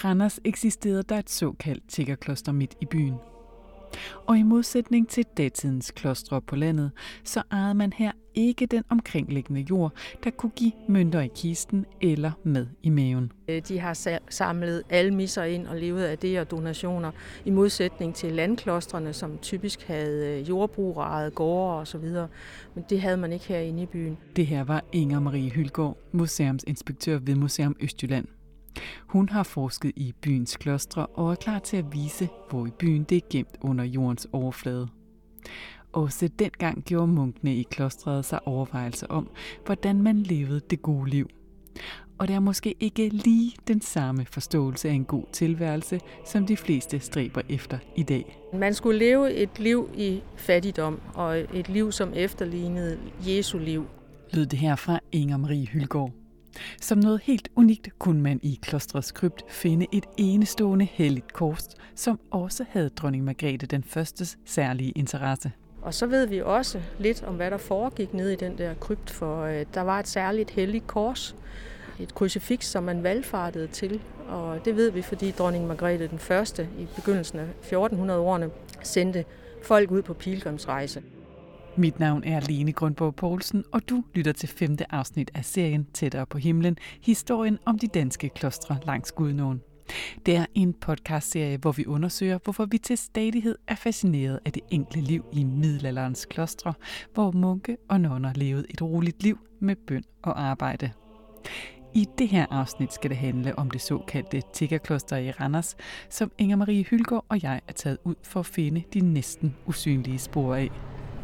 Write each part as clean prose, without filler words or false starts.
Randers eksisterede der et såkaldt tiggerkloster midt i byen. Og i modsætning til datidens klostre på landet, så ejede man her ikke den omkringliggende jord, der kunne give mønter i kisten eller mad i maven. De har samlet almisser ind og levet af det og donationer, i modsætning til landklostrene, som typisk havde jordbrug, ejede gårde osv. Men det havde man ikke herinde i byen. Det her var Inger Marie Hyldgaard, museumsinspektør ved Museum Østjylland. Hun har forsket i byens klostre og er klar til at vise, hvor i byen det er gemt under jordens overflade. Også dengang gjorde munkene i klostret sig overvejelser om, hvordan man levede det gode liv. Og der er måske ikke lige den samme forståelse af en god tilværelse, som de fleste stræber efter i dag. Man skulle leve et liv i fattigdom, og et liv, som efterlignede Jesu liv. Lød det her fra Inger Marie Hyldgaard. Som noget helt unikt kunne man i klostrets krypt finde et enestående helligt kors, som også havde dronning Margrethe den Førstes særlige interesse. Og så ved vi også lidt om, hvad der foregik nede i den der krypt, for der var et særligt helligt kors, et krucifiks, som man valfartede til. Og det ved vi, fordi dronning Margrethe den Første i begyndelsen af 1400-årene sendte folk ud på pilgrimsrejse. Mit navn er Lene Grundborg Poulsen, og du lytter til 5. afsnit af serien Tættere på himlen, historien om de danske klostre langs Gudenåen. Det er en podcastserie, hvor vi undersøger, hvorfor vi til stadighed er fascineret af det enkle liv i middelalderens klostre, hvor munke og nonner levede et roligt liv med bøn og arbejde. I det her afsnit skal det handle om det såkaldte tiggerkloster i Randers, som Inger Marie Hyldgaard og jeg er taget ud for at finde de næsten usynlige spor af.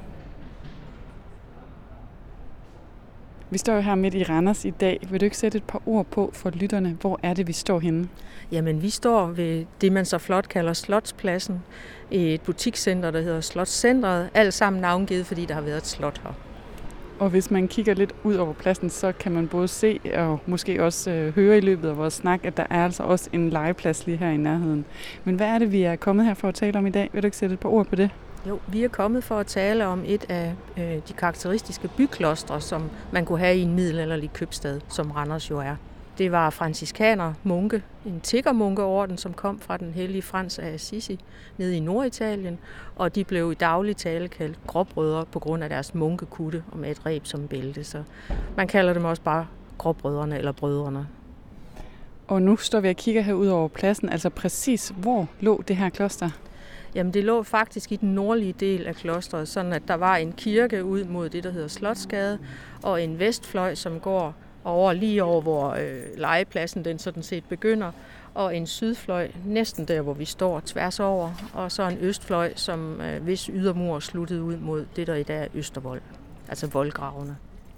Vi står jo her midt i Randers i dag. Vil du ikke sætte et par ord på for lytterne? Hvor er det, vi står henne? Jamen, vi står ved det, man så flot kalder Slotspladsen, i et butikscenter, der hedder Slotscentret. Alt sammen navngivet, fordi der har været et slot her. Og hvis man kigger lidt ud over pladsen, så kan man både se og måske også høre i løbet af vores snak, at der er altså også en legeplads lige her i nærheden. Men hvad er det, vi er kommet her for at tale om i dag? Vil du ikke sætte et par ord på det? Jo, vi er kommet for at tale om et af de karakteristiske byklostre, som man kunne have i en middelalderlig købstad, som Randers jo er. Det var franciskaner munke, en tiggermunkeorden, som kom fra den hellige Frans af Assisi nede i Norditalien, og de blev i daglig tale kaldt gråbrødre på grund af deres munkekutte og med et reb som bælte. Så man kalder dem også bare gråbrødrene eller brødrene. Og nu står vi og kigger her ud over pladsen, altså præcis hvor lå det her kloster? Jamen, det lå faktisk i den nordlige del af klostret, sådan at der var en kirke ud mod det, der hedder Slotsgade, og en vestfløj, som går lige over, hvor legepladsen den sådan set begynder, og en sydfløj næsten der, hvor vi står tværs over, og så en østfløj, som hvis ydermur sluttede ud mod det, der i dag er Østervold, altså voldgravene.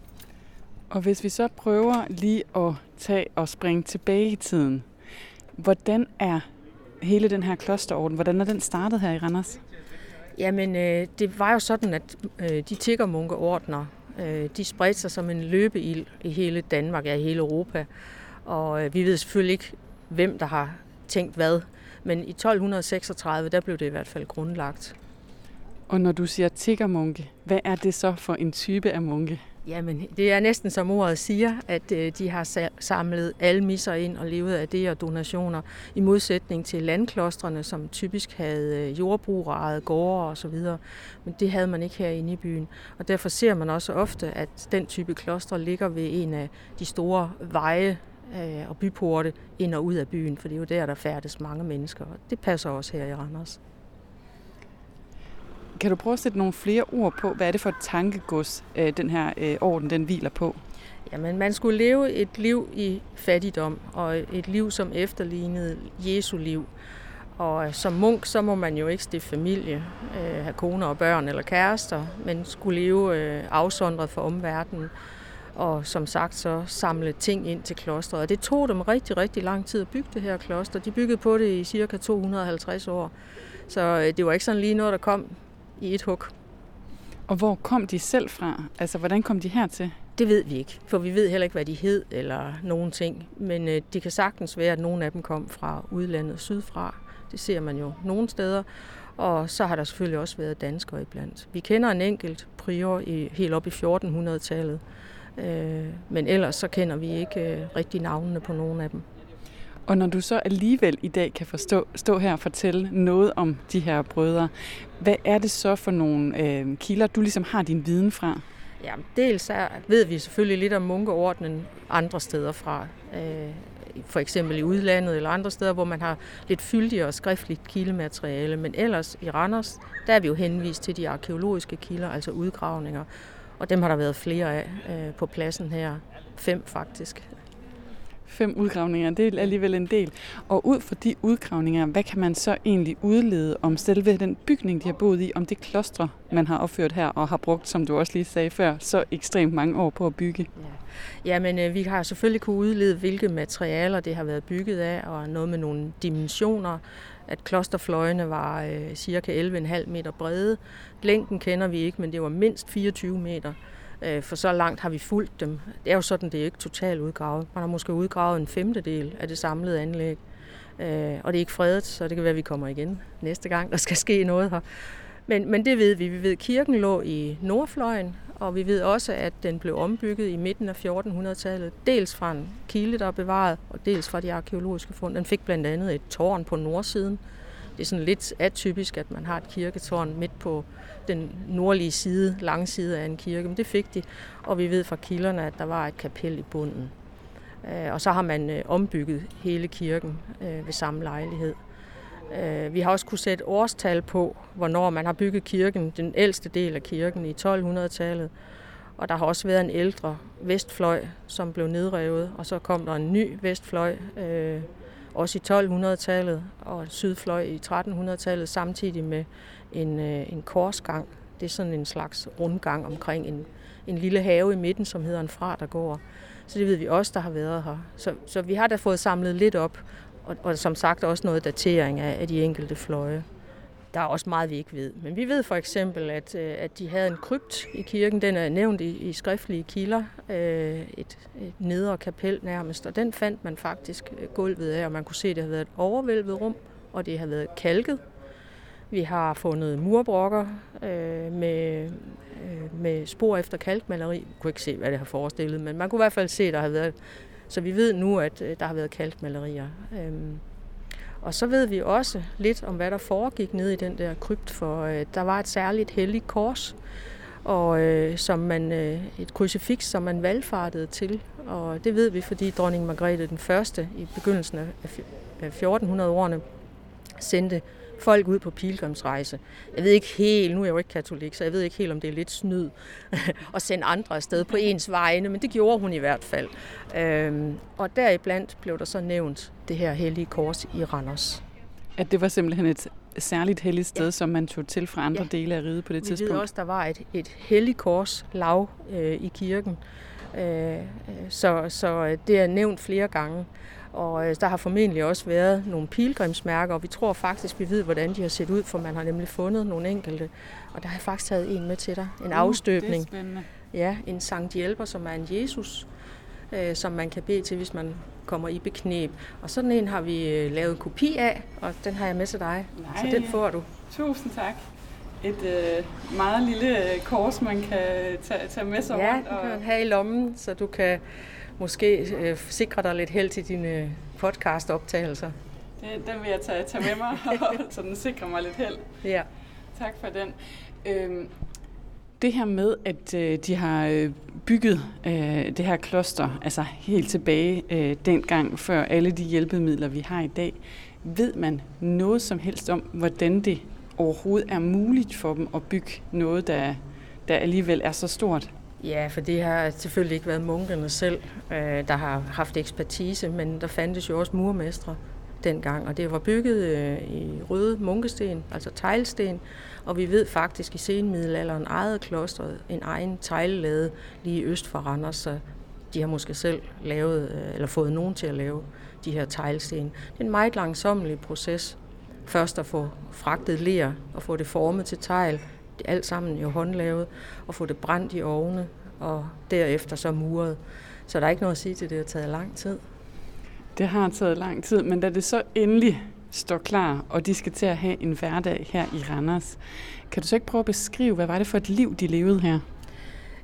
Og hvis vi så prøver lige at tage og springe tilbage i tiden, hvordan er hele den her klosterorden, hvordan er den startet her i Randers? Jamen, det var jo sådan, at de tiggermunkeordner, de spredte sig som en løbeild i hele Danmark, ja, i hele Europa. Og vi ved selvfølgelig ikke, hvem der har tænkt hvad, men i 1236, der blev det i hvert fald grundlagt. Og når du siger tiggermunke, hvad er det så for en type af munke? Jamen, det er næsten som ordet siger, at de har samlet almisser ind og levet af det og donationer, i modsætning til landklostrene, som typisk havde jordbrug, ejede gårde osv. Men det havde man ikke herinde i byen. Og derfor ser man også ofte, at den type klostre ligger ved en af de store veje og byporte ind og ud af byen, for det er jo der færdes mange mennesker. Og det passer også her i Randers. Kan du prøve at sætte nogle flere ord på, hvad er det for et tankegods, den her orden den hviler på? Jamen, man skulle leve et liv i fattigdom, og et liv, som efterlignede Jesu liv. Og som munk, så må man jo ikke stifte familie, have koner og børn eller kærester, men skulle leve afsondret fra omverdenen. Og som sagt, så samle ting ind til klostret. Og det tog dem rigtig, rigtig lang tid at bygge det her kloster. De byggede på det i cirka 250 år. Så det var ikke sådan lige noget, der kom i et hug. Og hvor kom de selv fra? Altså, hvordan kom de hertil? Det ved vi ikke, for vi ved heller ikke, hvad de hed eller nogen ting. Men det kan sagtens være, at nogle af dem kom fra udlandet sydfra. Det ser man jo nogle steder. Og så har der selvfølgelig også været danskere iblandt. Vi kender en enkelt prior helt op i 1400-tallet. Men ellers så kender vi ikke rigtig navnene på nogen af dem. Og når du så alligevel i dag kan stå her og fortælle noget om de her brødre, hvad er det så for nogle kilder, du ligesom har din viden fra? Ja, dels ved vi selvfølgelig lidt om munkeordenen andre steder fra. For eksempel i udlandet eller andre steder, hvor man har lidt fyldigere og skriftligt kildemateriale. Men ellers i Randers, der er vi jo henvist til de arkæologiske kilder, altså udgravninger. Og dem har der været flere af på pladsen her. 5 faktisk. 5 udgravninger, det er alligevel en del. Og ud fra de udgravninger, hvad kan man så egentlig udlede om selve den bygning, de har boet i, om det klostre, man har opført her og har brugt, som du også lige sagde før, så ekstremt mange år på at bygge? Ja, men vi har selvfølgelig kunne udlede, hvilke materialer det har været bygget af, og noget med nogle dimensioner, at klosterfløjene var cirka 11,5 meter brede. Længden kender vi ikke, men det var mindst 24 meter. For så langt har vi fulgt dem. Det er jo sådan, det er ikke totalt udgravet. Man har måske udgravet en 1/5 af det samlede anlæg. Og det er ikke fredet, så det kan være, at vi kommer igen næste gang, der skal ske noget her. Men det ved vi. Vi ved, at kirken lå i nordfløjen, og vi ved også, at den blev ombygget i midten af 1400-tallet. Dels fra en kilde, der er bevaret, og dels fra de arkæologiske fund. Den fik blandt andet et tårn på nordsiden. Det er sådan lidt atypisk, at man har et kirketårn midt på den nordlige side, lange side af en kirke, men det fik de. Og vi ved fra kilderne, at der var et kapel i bunden. Og så har man ombygget hele kirken ved samme lejlighed. Vi har også kunne sætte årstal på, hvornår man har bygget kirken, den ældste del af kirken i 1200-tallet. Og der har også været en ældre vestfløj, som blev nedrevet, og så kom der en ny vestfløj, også i 1200-tallet, og sydfløj i 1300-tallet, samtidig med en korsgang. Det er sådan en slags rundgang omkring en lille have i midten, som hedder en fratergård. Så det ved vi også, der har været her. Så vi har da fået samlet lidt op, og som sagt også noget datering af de enkelte fløje. Der er også meget, vi ikke ved. Men vi ved for eksempel, at de havde en krypt i kirken. Den er nævnt i skriftlige kilder. Et nedre kapel nærmest. Og den fandt man faktisk gulvet af, og man kunne se, at det havde været et overvælvet rum, og det havde været kalket. Vi har fundet murbrokker med spor efter kalkmaleri. Jeg kunne ikke se, hvad det har forestillet, men man kunne i hvert fald se, at der har været. Så vi ved nu, at der har været kalkmalerier. Og så ved vi også lidt om, hvad der foregik nede i den der krypt, for der var et særligt helligt kors, og et krucifiks, som man valfartede til. Og det ved vi, fordi dronning Margrethe den første i begyndelsen af 1400-årene sendte folk ud på pilgrimsrejse. Jeg ved ikke helt, nu er jeg jo ikke katolik, så jeg ved ikke helt, om det er lidt snyd at sende andre afsted på ens vegne, men det gjorde hun i hvert fald. Og deriblandt blev der så nævnt det her hellige kors i Randers. At det var simpelthen et særligt helligt sted, som man tog til fra andre dele af riget på det tidspunkt? Vi ved også, der var et helligt kors lav i kirken, så det er nævnt flere gange. Og der har formentlig også været nogle pilgrimsmærker, og vi tror faktisk, vi ved, hvordan de har set ud, for man har nemlig fundet nogle enkelte. Og der har jeg faktisk taget en med til dig. En afstøbning. Det er spændende. Ja, en Sankt Hjælper, som er en Jesus, som man kan bede til, hvis man kommer i bekneb. Og sådan en har vi lavet kopi af, og den har jeg med til dig. Nej. Så den får du. Tusind tak. Et meget lille kors, man kan tage med sig rundt. Ja, du kan have i lommen, så du kan måske sikre dig lidt held til dine podcast-optagelser. Den vil jeg tage med mig, så den sikrer mig lidt held. Ja. Tak for den. Det her med, at de har bygget det her kloster, altså helt tilbage dengang, før alle de hjælpemidler, vi har i dag, ved man noget som helst om, hvordan det overhovedet er muligt for dem at bygge noget, der alligevel er så stort? Ja, for det har selvfølgelig ikke været munkene selv, der har haft ekspertise, men der fandtes jo også murmestre dengang, og det var bygget i røde munkesten, altså teglsten, og vi ved faktisk i senmiddelalderen ejede klostret en egen teglelade lige øst for Randers, så de har måske selv lavet, eller fået nogen til at lave de her teglsten. Det er en meget langsommelig proces. Først at få fragtet ler og få det formet til tegl, det er alt sammen jo håndlavet, og få det brændt i ovne, og derefter så muret. Så der er ikke noget at sige til, at det har taget lang tid. Det har taget lang tid, men da det så endelig står klar, og de skal til at have en hverdag her i Randers, kan du så ikke prøve at beskrive, hvad var det for et liv, de levede her?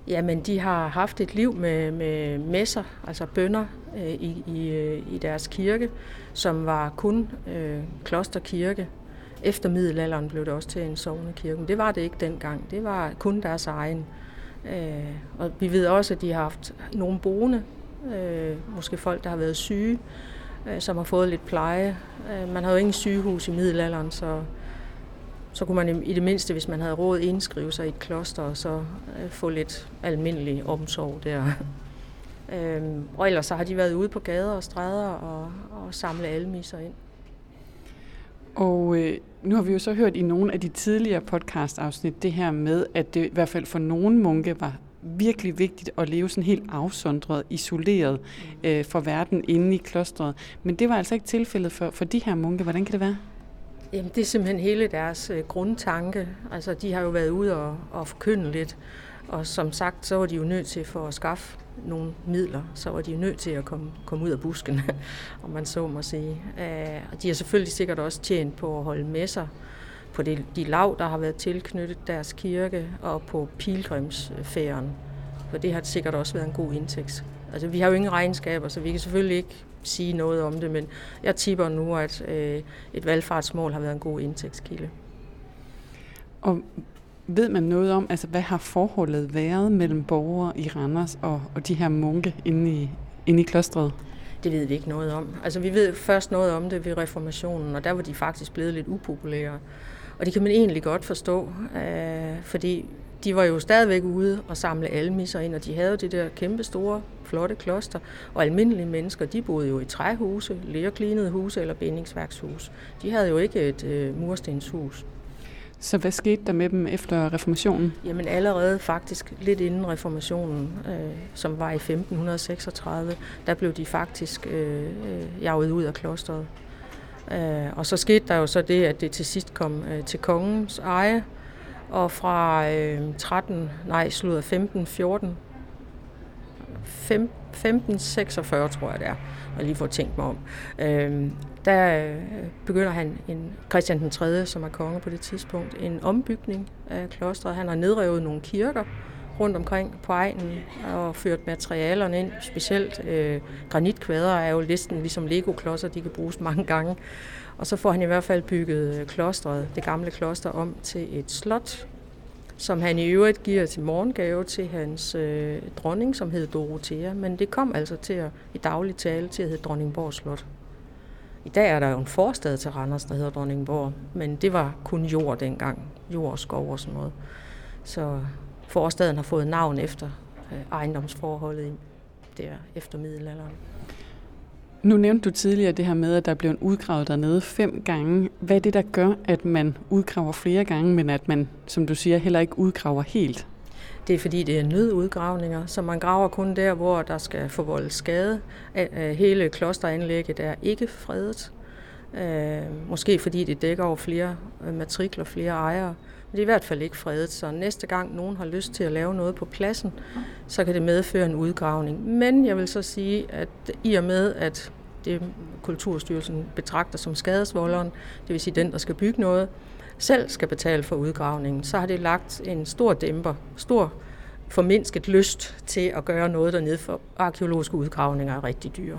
Jamen, de har haft et liv med messer, altså bønner i deres kirke, som var kun klosterkirke. Efter middelalderen blev det også til en sognekirke, men det var det ikke dengang. Det var kun deres egen. Og vi ved også, at de har haft nogle boende, måske folk, der har været syge, som har fået lidt pleje. Man havde jo ingen sygehus i middelalderen, så kunne man i det mindste, hvis man havde råd, indskrive sig i et kloster og så få lidt almindelig omsorg der. Og ellers så har de været ude på gader og stræder og samle almisser ind. Og nu har vi jo så hørt i nogle af de tidligere podcast-afsnit det her med, at det i hvert fald for nogle munke var virkelig vigtigt at leve sådan helt afsondret, isoleret for verden inde i klostret. Men det var altså ikke tilfældet for de her munke. Hvordan kan det være? Jamen, det er simpelthen hele deres grundtanke. Altså, de har jo været ude og forkynde lidt. Og som sagt, så var de jo nødt til for at skaffe nogle midler. Så var de jo nødt til at komme ud af busken, om man så må sige. Og de har selvfølgelig sikkert også tjent på at holde messer på de lav, der har været tilknyttet deres kirke, og på pilgrimsfærden. For det har sikkert også været en god indtægt. Altså, vi har jo ingen regnskaber, så vi kan selvfølgelig ikke sige noget om det, men jeg tipper nu, at et valgfartsmål har været en god indtægtskilde. Og ved man noget om, altså hvad har forholdet været mellem borgere i Randers og de her munke inde i klostret? Det ved vi ikke noget om. Altså, vi ved først noget om det ved reformationen, og der var de faktisk blevet lidt upopulære. Og det kan man egentlig godt forstå, fordi de var jo stadigvæk ude og samle almisser ind, og de havde det der kæmpe store, flotte kloster. Og almindelige mennesker, de boede jo i træhuse, lerklinede huse eller bindingsværkshus. De havde jo ikke et murstenshus. Så hvad skete der med dem efter reformationen? Jamen allerede faktisk lidt inden reformationen, som var i 1536, der blev de faktisk jaget ud af klosteret. Og så skete der jo så det, at det til sidst kom til kongens eje, og fra 1546 tror jeg det er, og lige får tænkt mig om. Der begynder Christian den 3., som er konge på det tidspunkt, en ombygning af klostret. Han har nedrevet nogle kirker rundt omkring på egnen og ført materialerne ind. Specielt granitkvadre er jo listen ligesom Lego-klodser, de kan bruges mange gange. Og så får han i hvert fald bygget klostret, det gamle kloster, om til et slot, som han i øvrigt giver til morgengave til hans dronning, som hed Dorothea. Men det kom altså i daglig tale til at hedde Dronningborg Slot. I dag er der jo en forstad til Randers, der hedder Dronningborg, men det var kun jord dengang. Jord og skov og sådan noget. Så forstaden har fået navn efter ejendomsforholdet der efter middelalderen. Nu nævnte du tidligere det her med, at der blev udgravet dernede 5 gange. Hvad er det, der gør, at man udgraver flere gange, men at man, som du siger, heller ikke udgraver helt? Det er fordi, det er nødudgravninger, så man graver kun der, hvor der skal forvolde skade. Hele klosteranlægget er ikke fredet. Måske fordi det dækker over flere matrikler, flere ejere. Men det er i hvert fald ikke fredet, så næste gang nogen har lyst til at lave noget på pladsen, så kan det medføre en udgravning. Men jeg vil så sige, at i og med, at det Kulturstyrelsen betragter som skadesvolderen, det vil sige den, der skal bygge noget, selv skal betale for udgravningen, så har det lagt en stor dæmper, stor formindsket lyst til at gøre noget dernede, for arkæologiske udgravninger er rigtig dyre.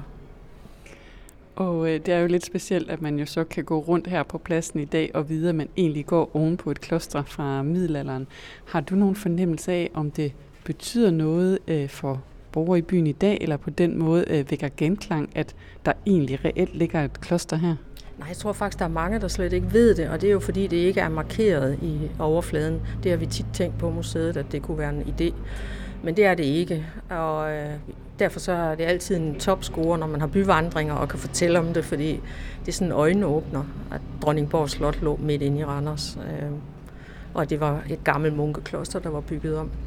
Og det er jo lidt specielt, at man jo så kan gå rundt her på pladsen i dag og vide, at man egentlig går oven på et kloster fra middelalderen. Har du nogen fornemmelse af, om det betyder noget for borgere i byen i dag, eller på den måde vækker genklang, at der egentlig reelt ligger et kloster her? Nej, jeg tror faktisk, der er mange, der slet ikke ved det, og det er jo fordi, det ikke er markeret i overfladen. Det har vi tit tænkt på museet, at det kunne være en idé. Men det er det ikke, og derfor så er det altid en topscore, når man har byvandringer og kan fortælle om det, fordi det er sådan en øjenåbner, at Dronningborg Slot lå midt inde i Randers, og det var et gammelt munkekloster, der var bygget om.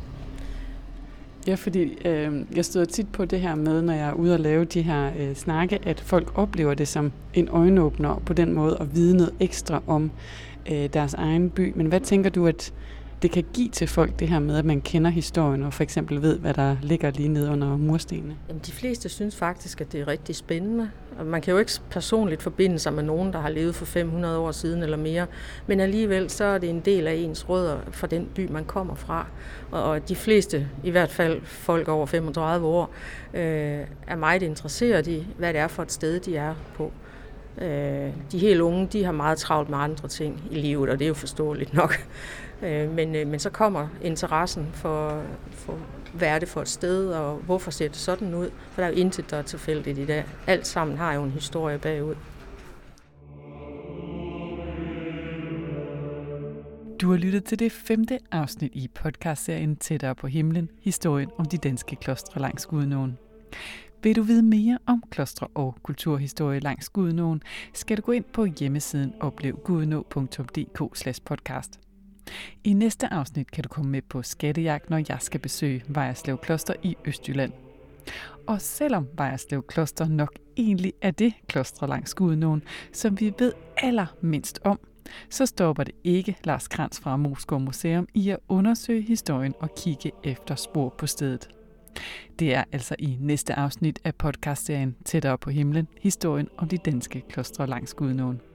Ja, fordi jeg støder tit på det her med, når jeg er ude og lave de her snakke, at folk oplever det som en øjenåbner på den måde at vide noget ekstra om deres egen by. Men hvad tænker du, at det kan give til folk, det her med, at man kender historien og for eksempel ved, hvad der ligger lige nede under murstenene? Jamen, de fleste synes faktisk, at det er rigtig spændende. Og man kan jo ikke personligt forbinde sig med nogen, der har levet for 500 år siden eller mere, men alligevel så er det en del af ens rødder fra den by, man kommer fra. Og de fleste, i hvert fald folk over 35 år, er meget interesseret i, hvad det er for et sted, de er på. De helt unge, de har meget travlt med andre ting i livet, og det er jo forståeligt nok. Men så kommer interessen for hvad er det for et sted, og hvorfor ser det sådan ud? For der er jo intet, der er tilfældigt i dag. Alt sammen har jo en historie bagud. Du har lyttet til det 5. afsnit i podcastserien Tættere på himlen, historien om de danske klostre langs Gudenåen. Vil du vide mere om klostre og kulturhistorie langs Gudenåen, skal du gå ind på hjemmesiden oplevgudenå.dk/podcast. I næste afsnit kan du komme med på skattejagt, når jeg skal besøge Vejerslev Kloster i Østjylland. Og selvom Vejerslev Kloster nok egentlig er det klostre langs Gudenåen, som vi ved allermindst om, så stopper det ikke Lars Krantz fra Moesgaard Museum i at undersøge historien og kigge efter spor på stedet. Det er altså i næste afsnit af podcastserien Tættere på himlen, historien om de danske klostre langs Gudenåen.